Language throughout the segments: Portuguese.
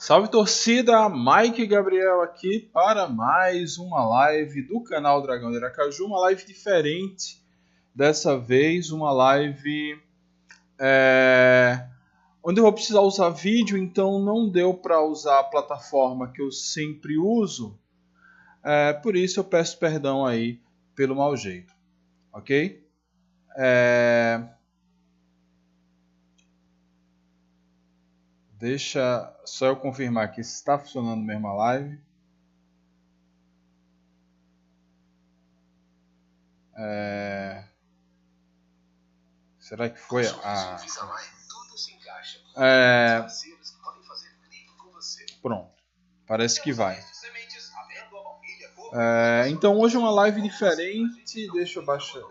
Salve torcida, Mike e Gabriel aqui para mais uma live do canal Dragão de Aracaju, uma live diferente, dessa vez uma live onde eu vou precisar usar vídeo, então não deu para usar a plataforma que eu sempre uso, por isso eu peço perdão aí pelo mau jeito, ok? Deixa só eu confirmar aqui se está funcionando mesmo a live. Será que foi Pronto, parece que vai. Então hoje é uma live diferente. Deixa eu baixar.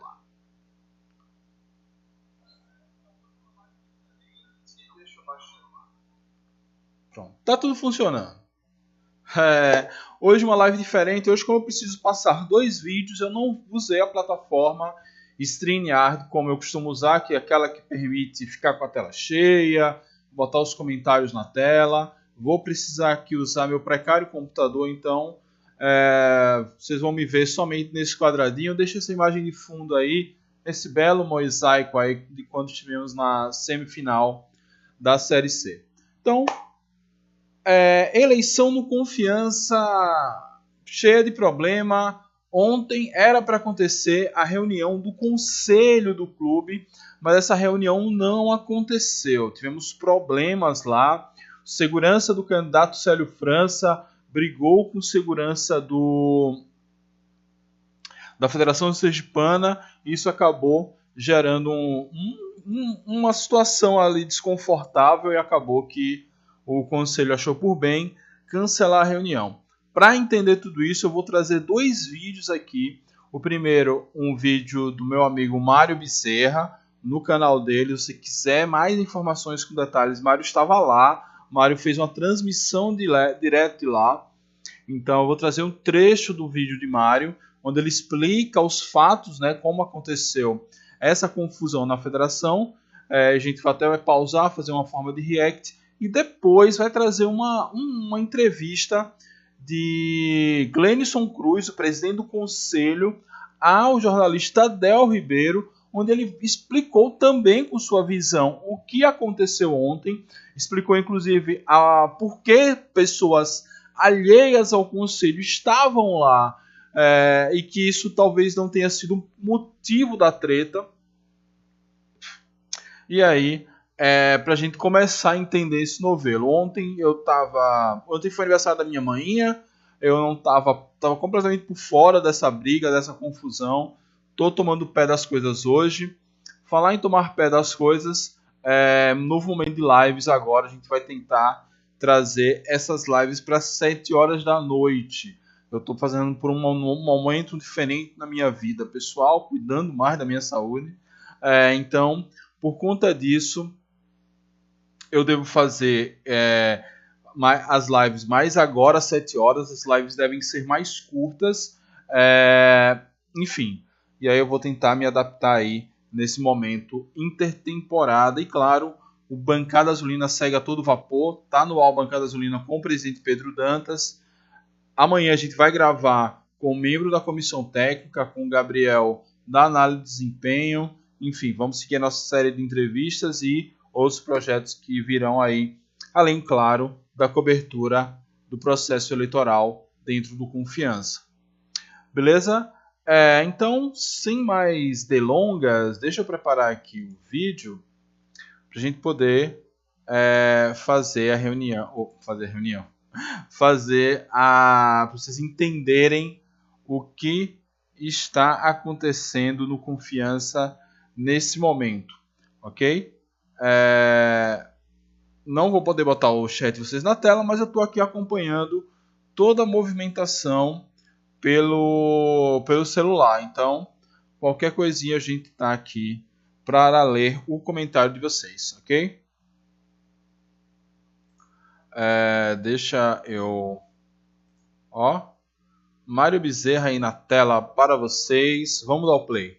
Pronto, tá tudo funcionando. Hoje uma live diferente. Hoje, como eu preciso passar 2 vídeos, eu não usei a plataforma StreamYard como eu costumo usar, que é aquela que permite ficar com a tela cheia, botar os comentários na tela. Vou precisar aqui usar meu precário computador, então vocês vão me ver somente nesse quadradinho. Deixa essa imagem de fundo aí, esse belo mosaico aí de quando estivemos na semifinal da Série C. Então, eleição no Confiança cheia de problema. Ontem era para acontecer a reunião do conselho do clube, mas essa reunião não aconteceu. Tivemos problemas lá. Segurança do candidato Célio França brigou com segurança da Federação Sergipana. Isso acabou gerando uma situação ali desconfortável e acabou que o conselho achou por bem cancelar a reunião. Para entender tudo isso, eu vou trazer 2 vídeos aqui. O primeiro, um vídeo do meu amigo Mário Bezerra, no canal dele. Se você quiser mais informações com detalhes, Mário estava lá. Mário fez uma transmissão direto de lá. Então eu vou trazer um trecho do vídeo de Mário, onde ele explica os fatos, né, como aconteceu essa confusão na federação. A gente até vai pausar, fazer uma forma de react. E depois vai trazer uma entrevista de Glenison Cruz, o presidente do conselho, ao jornalista Del Ribeiro, onde ele explicou também com sua visão o que aconteceu ontem. Explicou inclusive por que pessoas alheias ao conselho estavam lá e que isso talvez não tenha sido motivo da treta. E aí, pra gente começar a entender esse novelo. Ontem foi aniversário da minha manhinha, eu não tava completamente por fora dessa briga, dessa confusão. Tô tomando pé das coisas hoje. Falar em tomar pé das coisas, novo momento de lives agora. A gente vai tentar trazer essas lives para 7 horas da noite. Eu tô fazendo por um momento diferente na minha vida pessoal, cuidando mais da minha saúde. Então, por conta disso, eu devo fazer as lives mais agora, às 7 horas. As lives devem ser mais curtas. Enfim, e aí eu vou tentar me adaptar aí nesse momento intertemporada. E claro, o Bancada Azulina segue a todo vapor. Tá no ar Bancada Azulina com o presidente Pedro Dantas. Amanhã a gente vai gravar com o membro da comissão técnica, com o Gabriel da análise de desempenho. Enfim, vamos seguir a nossa série de entrevistas e outros projetos que virão aí, além, claro, da cobertura do processo eleitoral dentro do Confiança. Beleza? Então, sem mais delongas, deixa eu preparar aqui o vídeo para a gente poder fazer para vocês entenderem o que está acontecendo no Confiança nesse momento, ok? Não vou poder botar o chat de vocês na tela, mas eu estou aqui acompanhando toda a movimentação pelo celular. Então, qualquer coisinha a gente está aqui para ler o comentário de vocês, ok? Deixa eu... Mário Bezerra aí na tela para vocês. Vamos dar o play.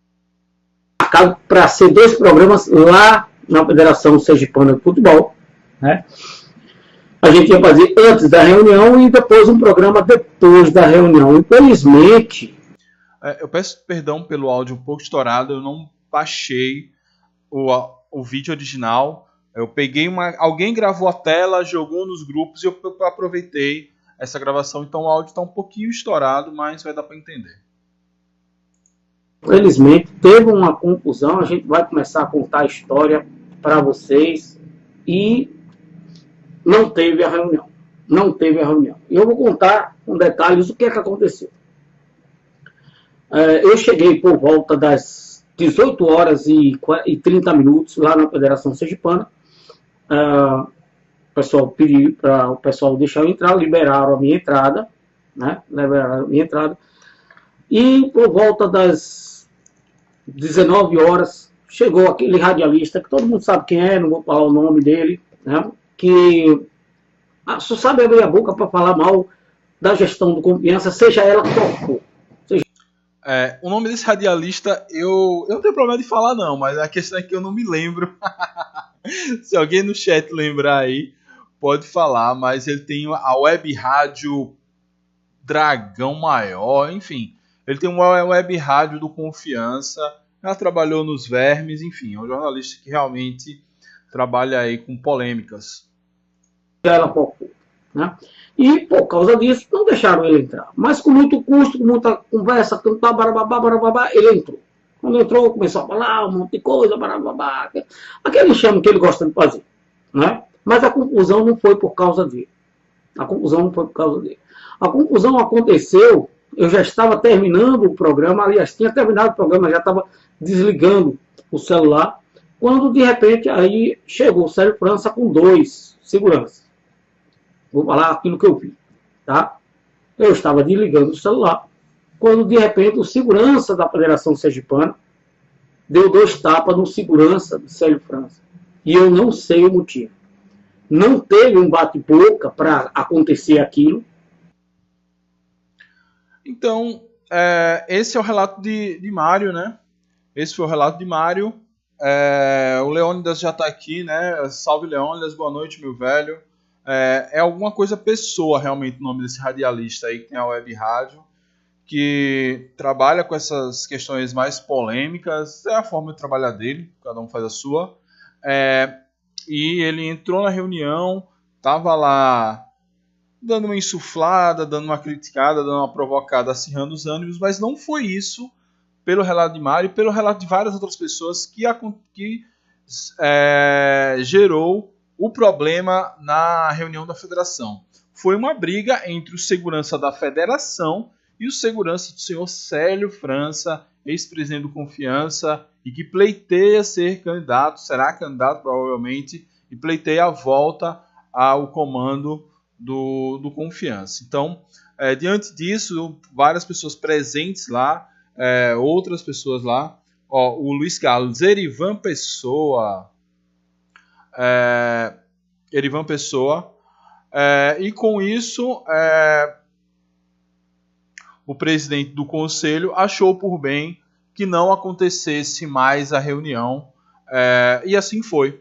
Para ser 2 programas lá na Federação Sergipana de Futebol, né? A gente ia fazer antes da reunião e depois um programa depois da reunião. Infelizmente... Eu peço perdão pelo áudio um pouco estourado, eu não baixei o vídeo original. Eu peguei alguém gravou a tela, jogou nos grupos e eu aproveitei essa gravação. Então o áudio está um pouquinho estourado, mas vai dar para entender. Infelizmente, teve uma confusão. A gente vai começar a contar a história para vocês e não teve a reunião. Não teve a reunião. E eu vou contar com detalhes o que é que aconteceu. Eu cheguei por volta das 18 horas e 30 minutos lá na Federação Sergipana. O pessoal pediu para o pessoal deixar eu entrar, liberaram a minha entrada, né? Liberaram a minha entrada. E por volta das 19 horas chegou aquele radialista, que todo mundo sabe quem é, não vou falar o nome dele, né? Que só sabe abrir a boca para falar mal da gestão do Confiança, seja ela qual for. O nome desse radialista eu não tenho problema de falar não, mas a questão é que eu não me lembro. Se alguém no chat lembrar aí, pode falar, mas ele tem a web rádio Dragão Maior, enfim. Ele tem uma web rádio do Confiança, já trabalhou nos Vermes, enfim, é um jornalista que realmente trabalha aí com polêmicas. Ela qual for, né? E por causa disso não deixaram ele entrar. Mas com muito custo, com muita conversa, cantar, barabá, ele entrou. Quando entrou, começou a falar um monte de coisa, barabá, aquele chame que ele gosta de fazer, né? Mas a confusão não foi por causa dele. A confusão não foi por causa dele. A confusão aconteceu, eu já estava terminando o programa, aliás, tinha terminado o programa, já estava desligando o celular, quando de repente aí chegou o Célio França com 2 seguranças. Vou falar aquilo que eu vi, tá? Eu estava desligando o celular, quando de repente o segurança da Federação Sergipana deu 2 tapas no segurança do Célio França. E eu não sei o motivo. Não teve um bate-boca para acontecer aquilo. Então, esse é o relato de Mário, né? Esse foi o relato de Mário. O Leônidas já está aqui, né? Salve, Leônidas, boa noite, meu velho. É alguma coisa pessoa, realmente, o nome desse radialista aí, que tem a web rádio, que trabalha com essas questões mais polêmicas. É a forma de trabalhar dele, cada um faz a sua. E ele entrou na reunião, estava lá dando uma insuflada, dando uma criticada, dando uma provocada, acirrando os ânimos, mas não foi isso, pelo relato de Mário e pelo relato de várias outras pessoas, que gerou o problema na reunião da federação. Foi uma briga entre o segurança da federação e o segurança do senhor Célio França, ex-presidente do Confiança, e que pleiteia ser candidato, será candidato provavelmente, e pleiteia a volta ao comando do Confiança. Então, diante disso, várias pessoas presentes lá, outras pessoas lá, o Luiz Carlos, Erivan Pessoa, e com isso o presidente do conselho achou por bem que não acontecesse mais a reunião, e assim foi.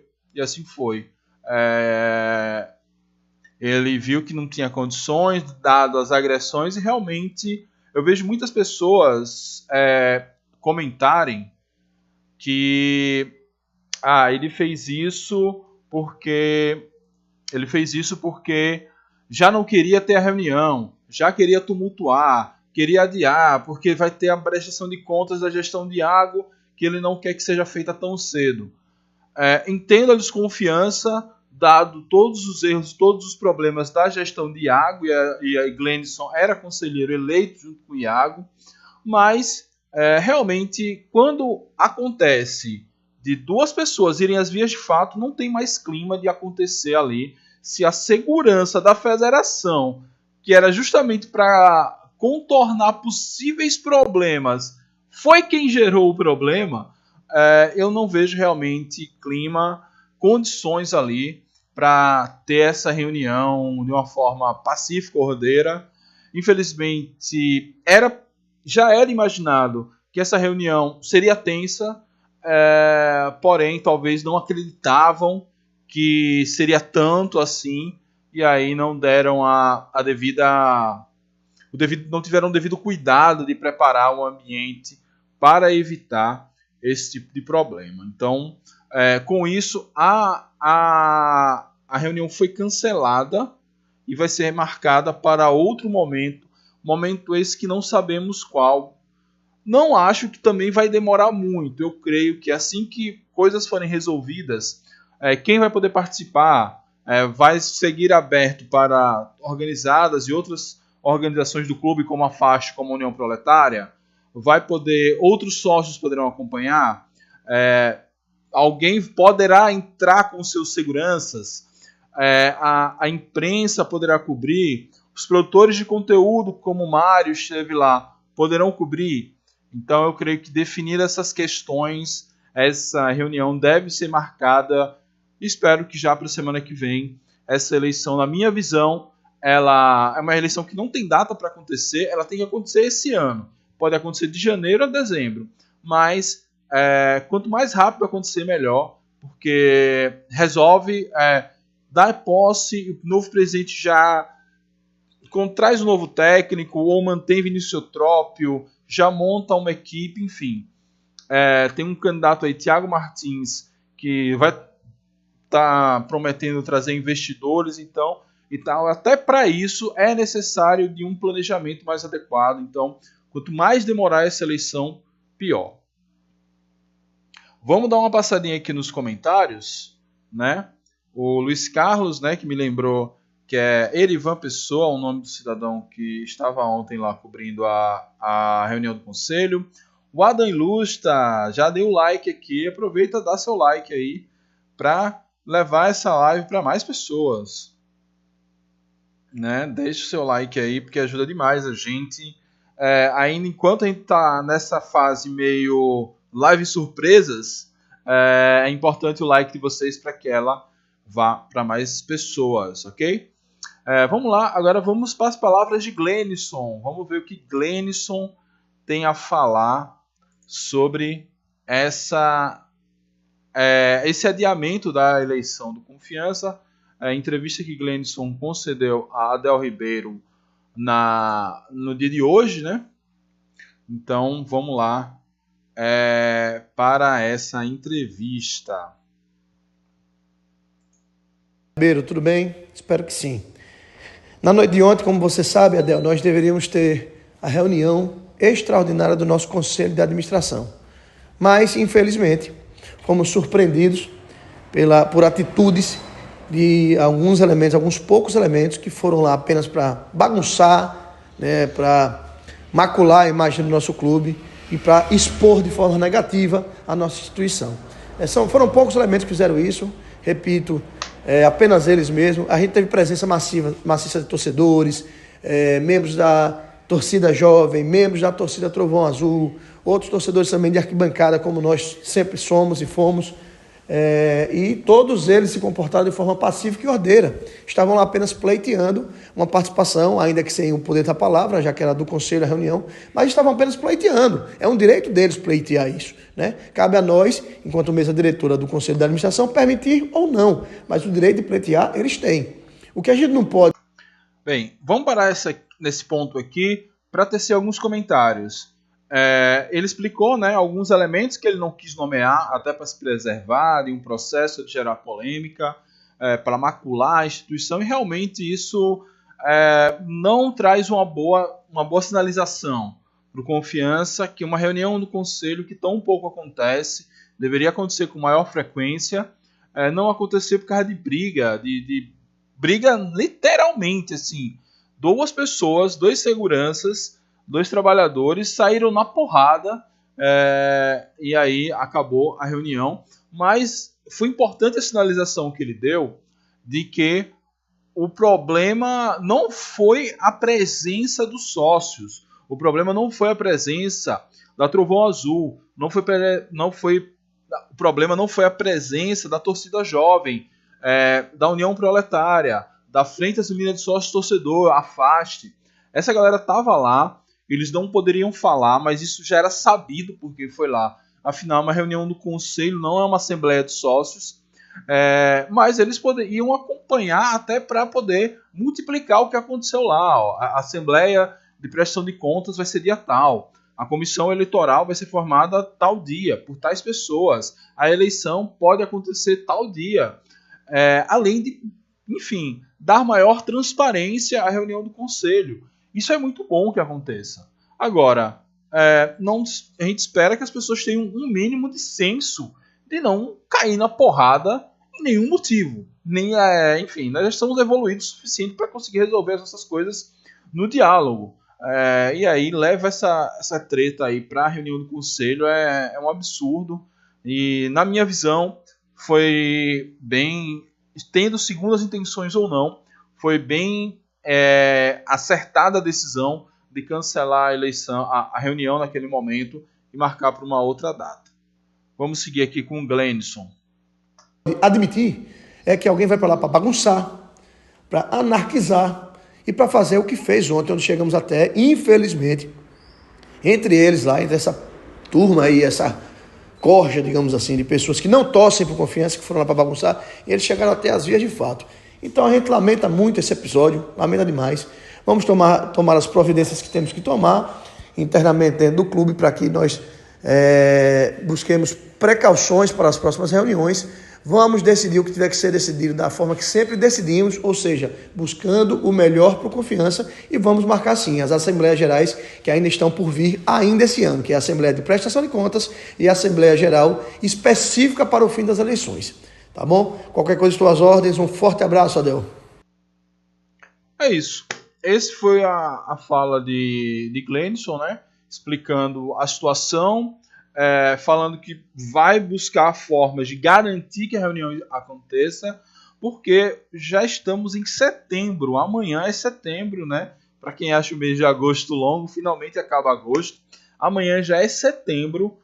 Ele viu que não tinha condições, dado as agressões, e realmente eu vejo muitas pessoas comentarem que ele fez isso porque já não queria ter a reunião, já queria tumultuar, queria adiar, porque vai ter a prestação de contas da gestão de água que ele não quer que seja feita tão cedo. Entendo a desconfiança, dado todos os erros, todos os problemas da gestão de Iago, e a Glenison era conselheiro eleito junto com o Iago, mas realmente quando acontece de 2 pessoas irem às vias de fato, não tem mais clima de acontecer ali. Se a segurança da federação, que era justamente para contornar possíveis problemas, foi quem gerou o problema, eu não vejo realmente clima, condições ali para ter essa reunião de uma forma pacífica, ordeira. Infelizmente, já era imaginado que essa reunião seria tensa, porém talvez não acreditavam que seria tanto assim, e aí não deram não tiveram o devido cuidado de preparar o ambiente para evitar esse tipo de problema. Então, com isso, a reunião foi cancelada e vai ser marcada para outro momento esse que não sabemos qual. Não acho que também vai demorar muito. Eu creio que assim que coisas forem resolvidas, quem vai poder participar vai seguir aberto para organizadas e outras organizações do clube, como a FAST, como a União Proletária. Outros sócios poderão acompanhar. Alguém poderá entrar com seus seguranças. A imprensa poderá cobrir. Os produtores de conteúdo, como o Mário esteve lá, poderão cobrir. Então eu creio que definir essas questões, essa reunião deve ser marcada. Espero que já para a semana que vem, essa eleição, na minha visão, ela é uma eleição que não tem data para acontecer, ela tem que acontecer esse ano. Pode acontecer de janeiro a dezembro, mas quanto mais rápido acontecer, melhor, porque resolve dar posse, o novo presidente já traz um novo técnico, ou mantém Vinícius Eutrópio, já monta uma equipe, enfim. Tem um candidato aí, Thiago Martins, que vai estar prometendo trazer investidores, então, e tal. Até para isso é necessário de um planejamento mais adequado. Então, quanto mais demorar essa eleição, pior. Vamos dar uma passadinha aqui nos comentários, né? O Luiz Carlos, né, que me lembrou que é Erivan Pessoa, o nome do cidadão que estava ontem lá cobrindo a reunião do conselho. O Adam Ilustra já deu o like aqui, aproveita e dá seu like aí para levar essa live para mais pessoas. Né? Deixa o seu like aí, porque ajuda demais a gente. Ainda enquanto a gente está nessa fase meio live surpresas, é importante o like de vocês para que ela vá para mais pessoas, ok? Vamos lá, agora vamos para as palavras de Glenison. Vamos ver o que Glenison tem a falar sobre esse adiamento da eleição do Confiança. A entrevista que Glenison concedeu a Adel Ribeiro no dia de hoje, né? Então vamos lá para essa entrevista. Ribeiro, tudo bem? Espero que sim. Na noite de ontem, como você sabe, Adel, nós deveríamos ter a reunião extraordinária do nosso Conselho de Administração. Mas, infelizmente, fomos surpreendidos por atitudes de alguns poucos elementos que foram lá apenas para bagunçar, né, para macular a imagem do nosso clube e para expor de forma negativa a nossa instituição. Foram poucos elementos que fizeram isso, repito, apenas eles mesmos. A gente teve presença maciça de torcedores, membros da torcida jovem, membros da torcida Trovão Azul, outros torcedores também de arquibancada, como nós sempre somos e fomos, e todos eles se comportaram de forma pacífica e ordeira. Estavam lá apenas pleiteando uma participação, ainda que sem o poder da palavra, já que era do conselho a reunião, mas estavam apenas pleiteando. É um direito deles pleitear isso, né? Cabe a nós, enquanto mesa diretora do Conselho da Administração, permitir ou não, mas o direito de pleitear eles têm. O que a gente não pode... Bem, vamos parar nesse ponto aqui para tecer alguns comentários. Ele explicou, né, alguns elementos que ele não quis nomear, até para se preservar de um processo de gerar polêmica, para macular a instituição, e realmente isso não traz uma boa sinalização para o Confiança, que uma reunião do Conselho que tão pouco acontece, deveria acontecer com maior frequência, não aconteceu por causa de briga, de briga literalmente, assim, 2 pessoas, 2 seguranças, 2 trabalhadores saíram na porrada, e aí acabou a reunião. Mas foi importante a sinalização que ele deu de que o problema não foi a presença dos sócios, o problema não foi a presença da Trovão Azul, o problema não foi a presença da torcida jovem, da União Proletária, da Frente Unida de Sócios Torcedor, a FAST. Essa galera estava lá. Eles não poderiam falar, mas isso já era sabido porque foi lá. Afinal, uma reunião do conselho não é uma assembleia de sócios. Mas eles poderiam acompanhar até para poder multiplicar o que aconteceu lá. Ó. A Assembleia de Prestação de Contas vai ser dia tal. A comissão eleitoral vai ser formada tal dia, por tais pessoas. A eleição pode acontecer tal dia. Além de, enfim, dar maior transparência à reunião do Conselho. Isso é muito bom que aconteça. Agora, a gente espera que as pessoas tenham um mínimo de senso de não cair na porrada em nenhum motivo. Enfim, nós já estamos evoluídos o suficiente para conseguir resolver essas coisas no diálogo. E aí leva essa treta aí para a reunião do Conselho é um absurdo. E na minha visão foi bem, tendo segundas intenções ou não, foi bem acertada a decisão de cancelar a eleição, a reunião naquele momento e marcar para uma outra data. Vamos seguir aqui com o Glenison. Admitir é que alguém vai para lá para bagunçar, para anarquizar e para fazer o que fez ontem, onde chegamos até, infelizmente, entre eles lá, entre essa turma aí, essa corja, digamos assim, de pessoas que não torcem por Confiança, que foram lá para bagunçar, e eles chegaram até as vias de fato. Então a gente lamenta muito esse episódio, lamenta demais. Vamos tomar as providências que temos que tomar internamente dentro do clube para que nós busquemos precauções para as próximas reuniões. Vamos decidir o que tiver que ser decidido da forma que sempre decidimos, ou seja, buscando o melhor para o Confiança, e vamos marcar sim as Assembleias Gerais que ainda estão por vir ainda esse ano, que é a Assembleia de Prestação de Contas e a Assembleia Geral específica para o fim das eleições. Tá bom? Qualquer coisa, estou às ordens. Um forte abraço, Adel. É isso. Esse foi a fala de Glenison, né? Explicando a situação, falando que vai buscar formas de garantir que a reunião aconteça, porque já estamos em setembro. Amanhã é setembro, né? Para quem acha o mês de agosto longo, finalmente acaba agosto. Amanhã já é setembro.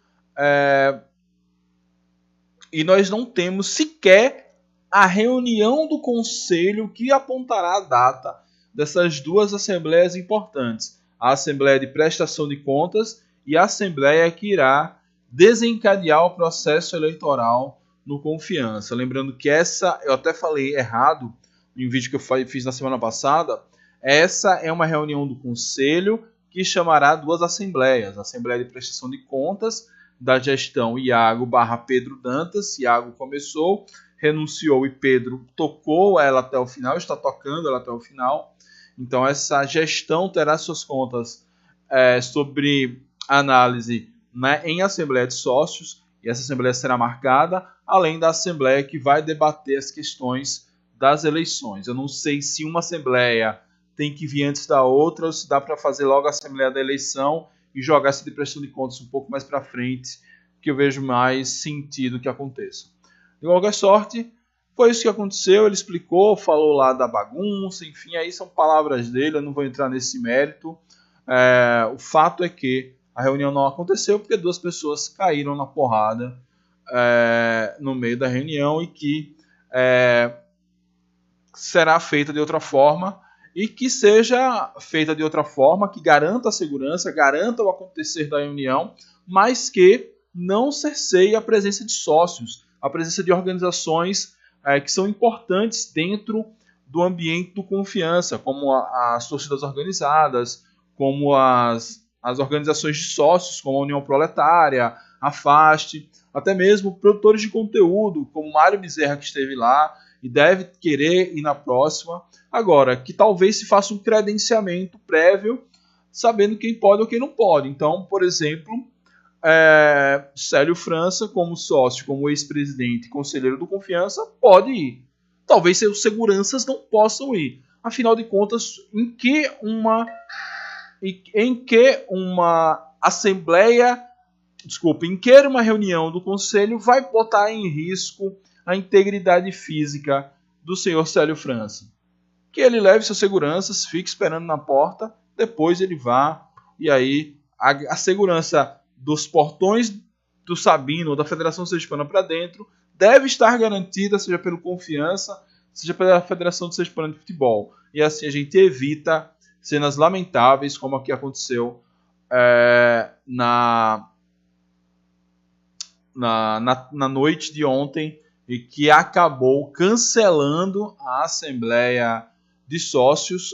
E nós não temos sequer a reunião do Conselho que apontará a data dessas duas assembleias importantes. A Assembleia de Prestação de Contas e a Assembleia que irá desencadear o processo eleitoral no Confiança. Lembrando que eu até falei errado em um vídeo que eu fiz na semana passada, essa é uma reunião do Conselho que chamará duas assembleias. A Assembleia de Prestação de Contas da gestão Iago/Pedro Dantas. Iago começou, renunciou e Pedro tocou ela até o final, está tocando ela até o final. Então essa gestão terá suas contas sobre análise, né, em Assembleia de Sócios, e essa Assembleia será marcada, além da Assembleia que vai debater as questões das eleições. Eu não sei se uma Assembleia tem que vir antes da outra, ou se dá para fazer logo a Assembleia da eleição e jogar essa de prestação de contas um pouco mais para frente, que eu vejo mais sentido que aconteça. De qualquer sorte, foi isso que aconteceu. Ele explicou, falou lá da bagunça, enfim, aí são palavras dele, eu não vou entrar nesse mérito. O fato é que a reunião não aconteceu porque duas pessoas caíram na porrada no meio da reunião, e que será feita de outra forma, e que seja feita de outra forma, que garanta a segurança, garanta o acontecer da reunião, mas que não cerceie a presença de sócios, a presença de organizações que são importantes dentro do ambiente do Confiança, como as torcidas organizadas, como as organizações de sócios, como a União Proletária, a FAST, até mesmo produtores de conteúdo, como Mário Bezerra, que esteve lá e deve querer ir na próxima. Agora, que talvez se faça um credenciamento prévio, sabendo quem pode ou quem não pode. Então, por exemplo, Célio França, como sócio, como ex-presidente e conselheiro do Confiança, pode ir. Talvez seus seguranças não possam ir. Afinal de contas, em que uma reunião do Conselho vai botar em risco a integridade física do senhor Célio França? Que ele leve seus seguranças, fique esperando na porta, depois ele vá, e aí a segurança dos portões do Sabino ou da Federação Sergipana para dentro deve estar garantida, seja pelo Confiança, seja pela Federação Sergipana de Futebol. E assim a gente evita cenas lamentáveis como a que aconteceu na noite de ontem, e que acabou cancelando a Assembleia de Sócios,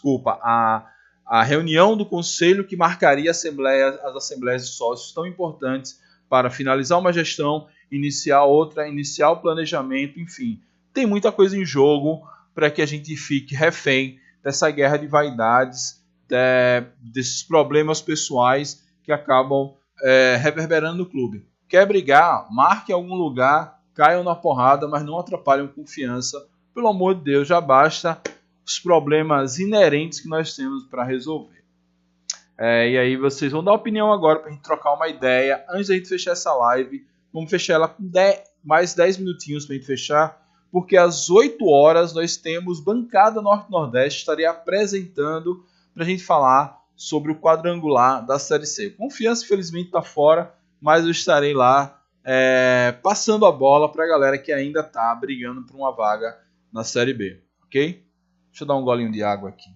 a reunião do Conselho que marcaria as Assembleias de Sócios tão importantes para finalizar uma gestão, iniciar outra, iniciar o planejamento, enfim. Tem muita coisa em jogo para que a gente fique refém dessa guerra de vaidades, desses problemas pessoais que acabam reverberando no clube. Quer brigar? Marque em algum lugar, caiam na porrada, mas não atrapalhem a confiança. Pelo amor de Deus, já basta os problemas inerentes que nós temos para resolver. E aí vocês vão dar opinião agora para a gente trocar uma ideia. Antes da gente fechar essa live, vamos fechar ela com mais 10 minutinhos para a gente fechar, porque às 8 horas nós temos Bancada Norte-Nordeste, estaria apresentando para a gente falar sobre o quadrangular da Série C. Confiança, infelizmente, está fora, mas eu estarei lá passando a bola para a galera que ainda está brigando por uma vaga na Série B, ok? Deixa eu dar um golinho de água aqui.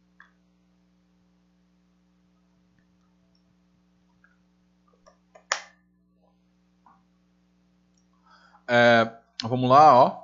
Vamos lá, ó.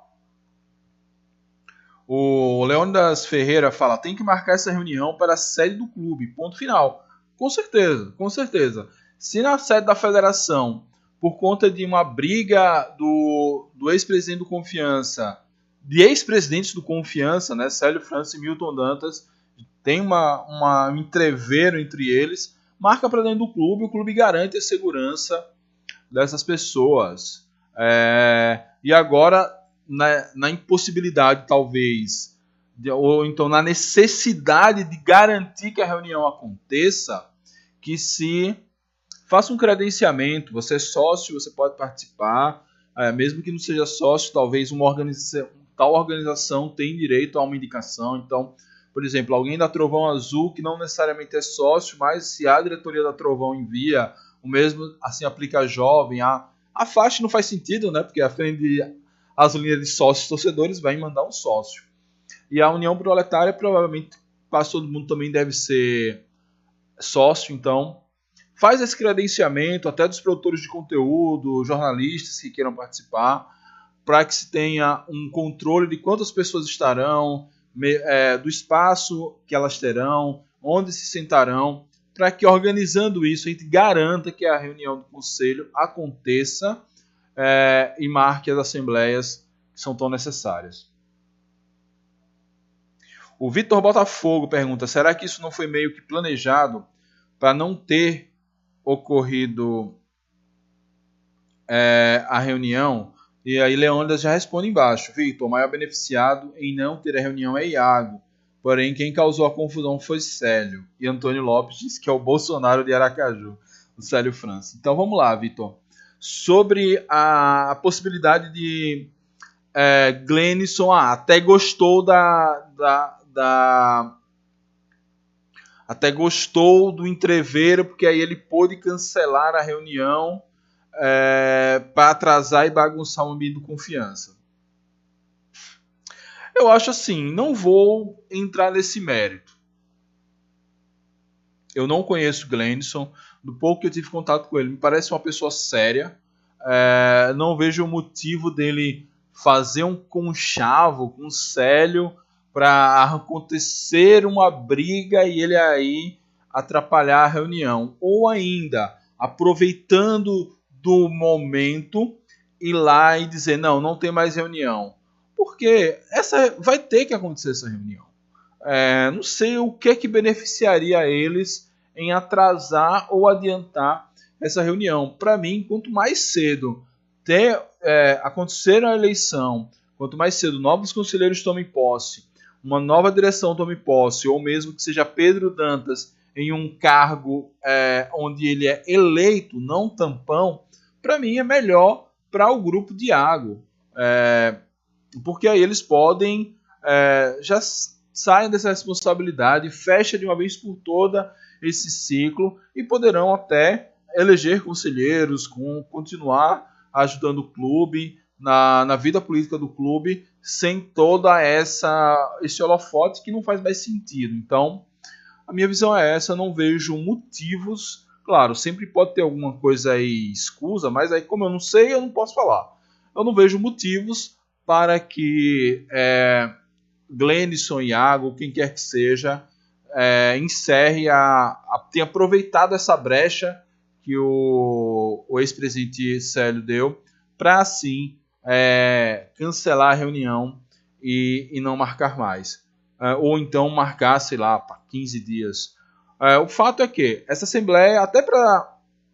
O Leônidas Ferreira fala: tem que marcar essa reunião para a sede do clube. Ponto final. Com certeza, com certeza. Se na sede da federação, por conta de uma briga do ex-presidente do Confiança, de ex-presidentes do Confiança, né, Célio França e Milton Dantas, tem um entreveiro entre eles, marca para dentro do clube, o clube garante a segurança dessas pessoas. E agora, na impossibilidade, talvez, ou então na necessidade de garantir que a reunião aconteça, que se faça um credenciamento. Você é sócio, você pode participar, mesmo que não seja sócio, talvez tal organização tem direito a uma indicação. Então, por exemplo, alguém da Trovão Azul, que não necessariamente é sócio, mas se a diretoria da Trovão envia, o mesmo assim aplica a Jovem, a faixa não faz sentido, né? Porque a frente as linhas de sócios torcedores vai mandar um sócio. E a União Proletária, provavelmente, quase todo mundo também deve ser sócio, então faz esse credenciamento, até dos produtores de conteúdo, jornalistas que queiram participar, para que se tenha um controle de quantas pessoas estarão, do espaço que elas terão, onde se sentarão, para que organizando isso a gente garanta que a reunião do conselho aconteça e marque as assembleias que são tão necessárias. O Vitor Botafogo pergunta: será que isso não foi meio que planejado para não ter ocorrido a reunião? E aí Leônidas já responde embaixo: Vitor, o maior beneficiado em não ter a reunião é Iago, porém quem causou a confusão foi Célio. E Antônio Lopes diz que é o Bolsonaro de Aracaju, o Célio França. Então vamos lá, Vitor. Sobre a possibilidade de Glenison até gostou até gostou do entreveiro, porque aí ele pôde cancelar a reunião para atrasar e bagunçar o ambiente do Confiança. Eu acho assim, não vou entrar nesse mérito. Eu não conheço o Glenison, do pouco que eu tive contato com ele, me parece uma pessoa séria. Não vejo o motivo dele fazer um conchavo com o Célio para acontecer uma briga e ele aí atrapalhar a reunião. Ou ainda, aproveitando do momento, ir lá e dizer: não tem mais reunião. Porque vai ter que acontecer essa reunião. Não sei o que beneficiaria eles em atrasar ou adiantar essa reunião. Para mim, quanto mais cedo acontecer a eleição, quanto mais cedo novos conselheiros tomem posse, uma nova direção tome posse, ou mesmo que seja Pedro Dantas em um cargo onde ele é eleito, não tampão, para mim é melhor para o grupo de Iago. Porque aí eles podem já saem dessa responsabilidade, fecha de uma vez por toda esse ciclo e poderão até eleger conselheiros, continuar ajudando o clube na vida política do clube, sem toda esse holofote que não faz mais sentido. Então, a minha visão é essa, não vejo motivos. Claro, sempre pode ter alguma coisa aí escusa, mas aí como eu não sei, eu não posso falar. eu não vejo motivos para que Glenisson, Iago, quem quer que seja, encerre tenha aproveitado essa brecha que o ex-presidente Célio deu para assim cancelar a reunião e não marcar mais. Ou então marcar, sei lá, para 15 dias. O fato é que essa Assembleia, até para...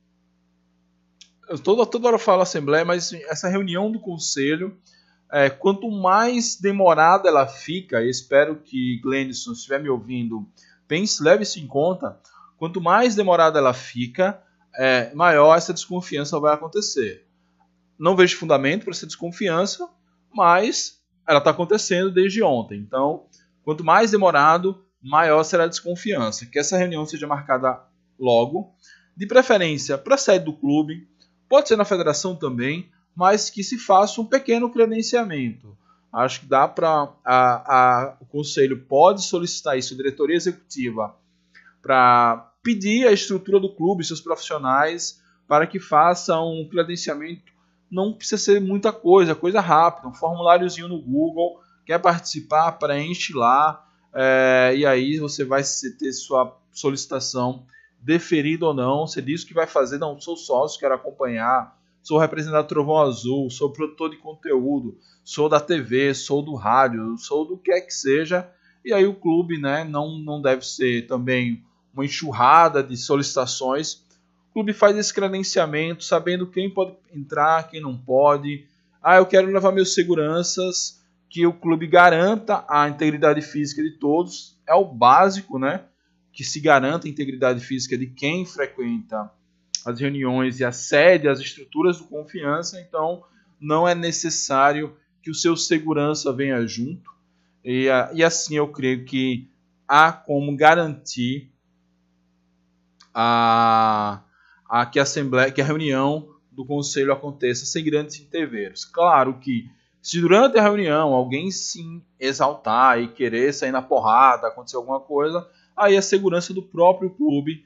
Toda hora eu falo Assembleia, mas essa reunião do Conselho, quanto mais demorada ela fica, e espero que Glenisson, se estiver me ouvindo, leve isso em conta, quanto mais demorada ela fica, maior essa desconfiança vai acontecer. Não vejo fundamento para essa desconfiança, mas ela está acontecendo desde ontem. Então, quanto mais demorado, maior será a desconfiança. Que essa reunião seja marcada logo, de preferência para a sede do clube, pode ser na federação também, mas que se faça um pequeno credenciamento. Acho que dá para o conselho pode solicitar isso, a diretoria executiva, para pedir a estrutura do clube, seus profissionais, para que faça um credenciamento. Não precisa ser muita coisa rápida, um formuláriozinho no Google, quer participar, preenche lá, e aí você vai ter sua solicitação deferida ou não. Você diz o que vai fazer, não, sou sócio, quero acompanhar, sou representante do Trovão Azul, sou produtor de conteúdo, sou da TV, sou do rádio, sou do que é que seja, e aí o clube, né, não deve ser também uma enxurrada de solicitações. O clube faz esse credenciamento, sabendo quem pode entrar, quem não pode. Eu quero levar meus seguranças, que o clube garanta a integridade física de todos. É o básico, né? Que se garanta a integridade física de quem frequenta as reuniões e a sede, as estruturas do Confiança. Então, não é necessário que o seu segurança venha junto. E assim eu creio que há como garantir que a reunião do conselho aconteça sem grandes interveiros. Claro que se durante a reunião alguém se exaltar e querer sair na porrada, acontecer alguma coisa, aí a segurança do próprio clube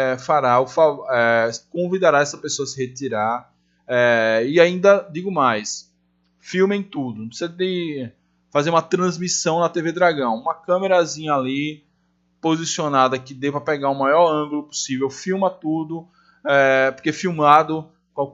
convidará essa pessoa a se retirar. E ainda digo mais, filmem tudo. Não precisa de fazer uma transmissão na TV Dragão. Uma câmerazinha ali posicionada que dê para pegar o maior ângulo possível, filma tudo, porque filmado,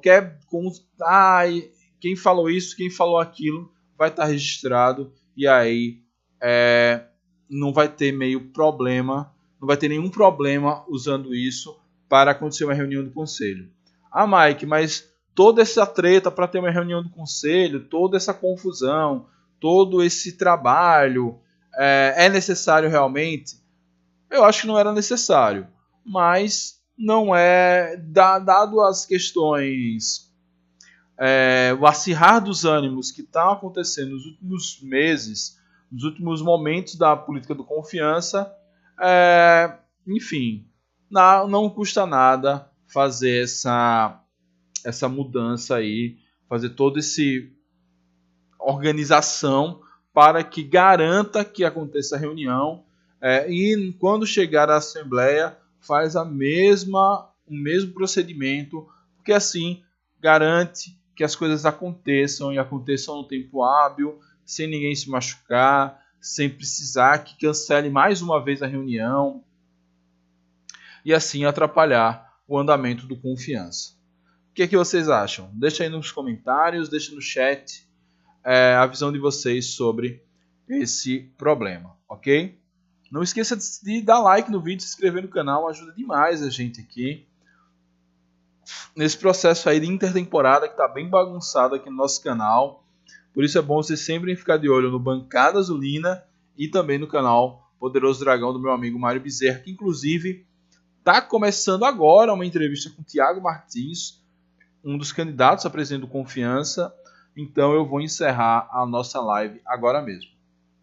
quem falou isso, quem falou aquilo, vai estar registrado, e aí não vai ter nenhum problema usando isso para acontecer uma reunião do conselho. Mike, mas toda essa treta para ter uma reunião do conselho, toda essa confusão, todo esse trabalho, é necessário realmente? Eu acho que não era necessário, mas não é, dado as questões, o acirrar dos ânimos que está acontecendo nos últimos meses, nos últimos momentos da política do Confiança, enfim, não custa nada fazer essa mudança aí, fazer toda essa organização para que garanta que aconteça a reunião. E quando chegar à Assembleia, faz o mesmo procedimento, porque assim garante que as coisas aconteçam e aconteçam no tempo hábil, sem ninguém se machucar, sem precisar que cancele mais uma vez a reunião e assim atrapalhar o andamento do Confiança. O que vocês acham? Deixa aí nos comentários, deixa no chat a visão de vocês sobre esse problema, ok? Não esqueça de dar like no vídeo, se inscrever no canal, ajuda demais a gente aqui nesse processo aí de intertemporada que está bem bagunçado aqui no nosso canal. Por isso é bom você sempre ficar de olho no Bancada Azulina e também no canal Poderoso Dragão do meu amigo Mário Bezerra, que inclusive está começando agora uma entrevista com o Thiago Martins, um dos candidatos a presidente do Confiança. Então eu vou encerrar a nossa live agora mesmo.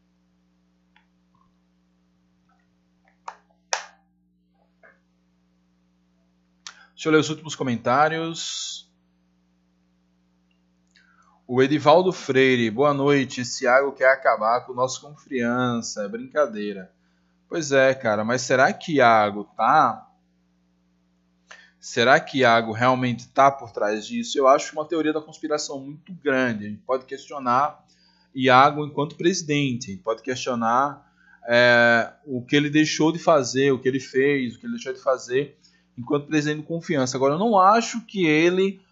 Deixa eu ler os últimos comentários. O Edivaldo Freire, boa noite. Esse Iago quer acabar com o nosso Confiança. É brincadeira. Pois é, cara, mas será que Iago tá Será que Iago realmente está por trás disso? Eu acho uma teoria da conspiração muito grande. A gente pode questionar Iago enquanto presidente, a gente pode questionar o que ele deixou de fazer, o que ele fez, o que ele deixou de fazer enquanto presidente de confiança. Agora, eu não acho que ele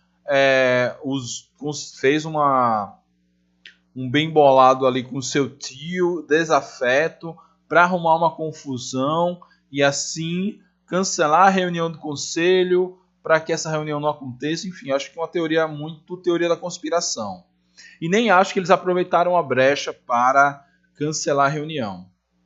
fez um bem bolado ali com seu tio, desafeto, para arrumar uma confusão e assim cancelar a reunião do conselho para que essa reunião não aconteça. Enfim, acho que é uma teoria muito teoria da conspiração. E nem acho que eles aproveitaram a brecha para cancelar a reunião.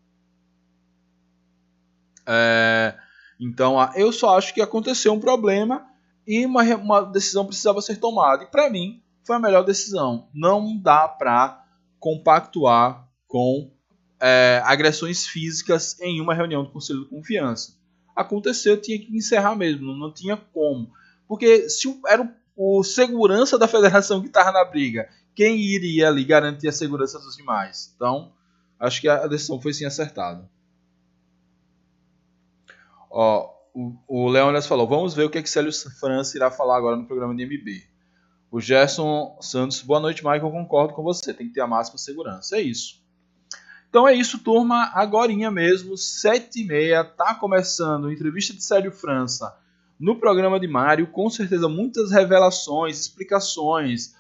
Então, eu só acho que aconteceu um problema e uma decisão precisava ser tomada. E para mim, foi a melhor decisão. Não dá para compactuar com agressões físicas em uma reunião do Conselho de Confiança. Aconteceu, tinha que encerrar mesmo, não tinha como. Porque se era o segurança da federação que estava na briga, quem iria ali garantir a segurança dos demais? Então, acho que a decisão foi sim acertada. O Leônidas falou, vamos ver o que Célio França irá falar agora no programa de MB. O Gerson Santos, boa noite, Michael, concordo com você, tem que ter a máxima segurança, é isso. Então é isso, turma, agorinha mesmo, 7h30, tá começando a entrevista de Célio França no programa de Mário, com certeza muitas revelações, explicações,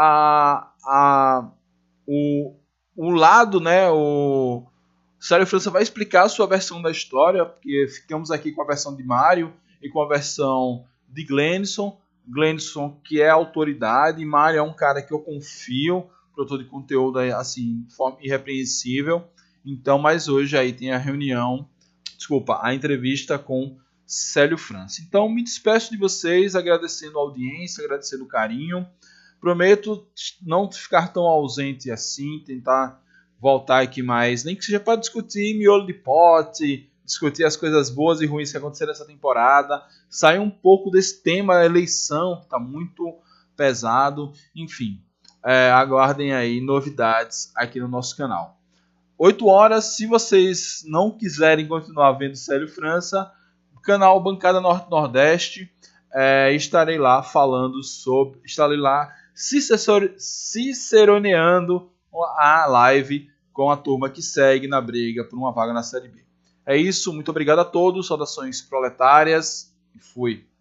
o lado, né, o Célio França vai explicar a sua versão da história, porque ficamos aqui com a versão de Mário e com a versão de Glenison, que é a autoridade, Mário é um cara que eu confio, produtor de conteúdo assim, de forma irrepreensível. Então, mas hoje aí tem a entrevista com Célio França. Então, me despeço de vocês, agradecendo a audiência, agradecendo o carinho. Prometo não ficar tão ausente assim, tentar voltar aqui mais, nem que seja para discutir miolo de pote, discutir as coisas boas e ruins que aconteceram nessa temporada, sair um pouco desse tema eleição, que está muito pesado, enfim. Aguardem aí novidades aqui no nosso canal. 8 horas, se vocês não quiserem continuar vendo Célio França, canal Bancada Norte-Nordeste, estarei lá falando sobre... Estarei lá ciceroneando a live com a turma que segue na briga por uma vaga na Série B. É isso, muito obrigado a todos, saudações proletárias e fui.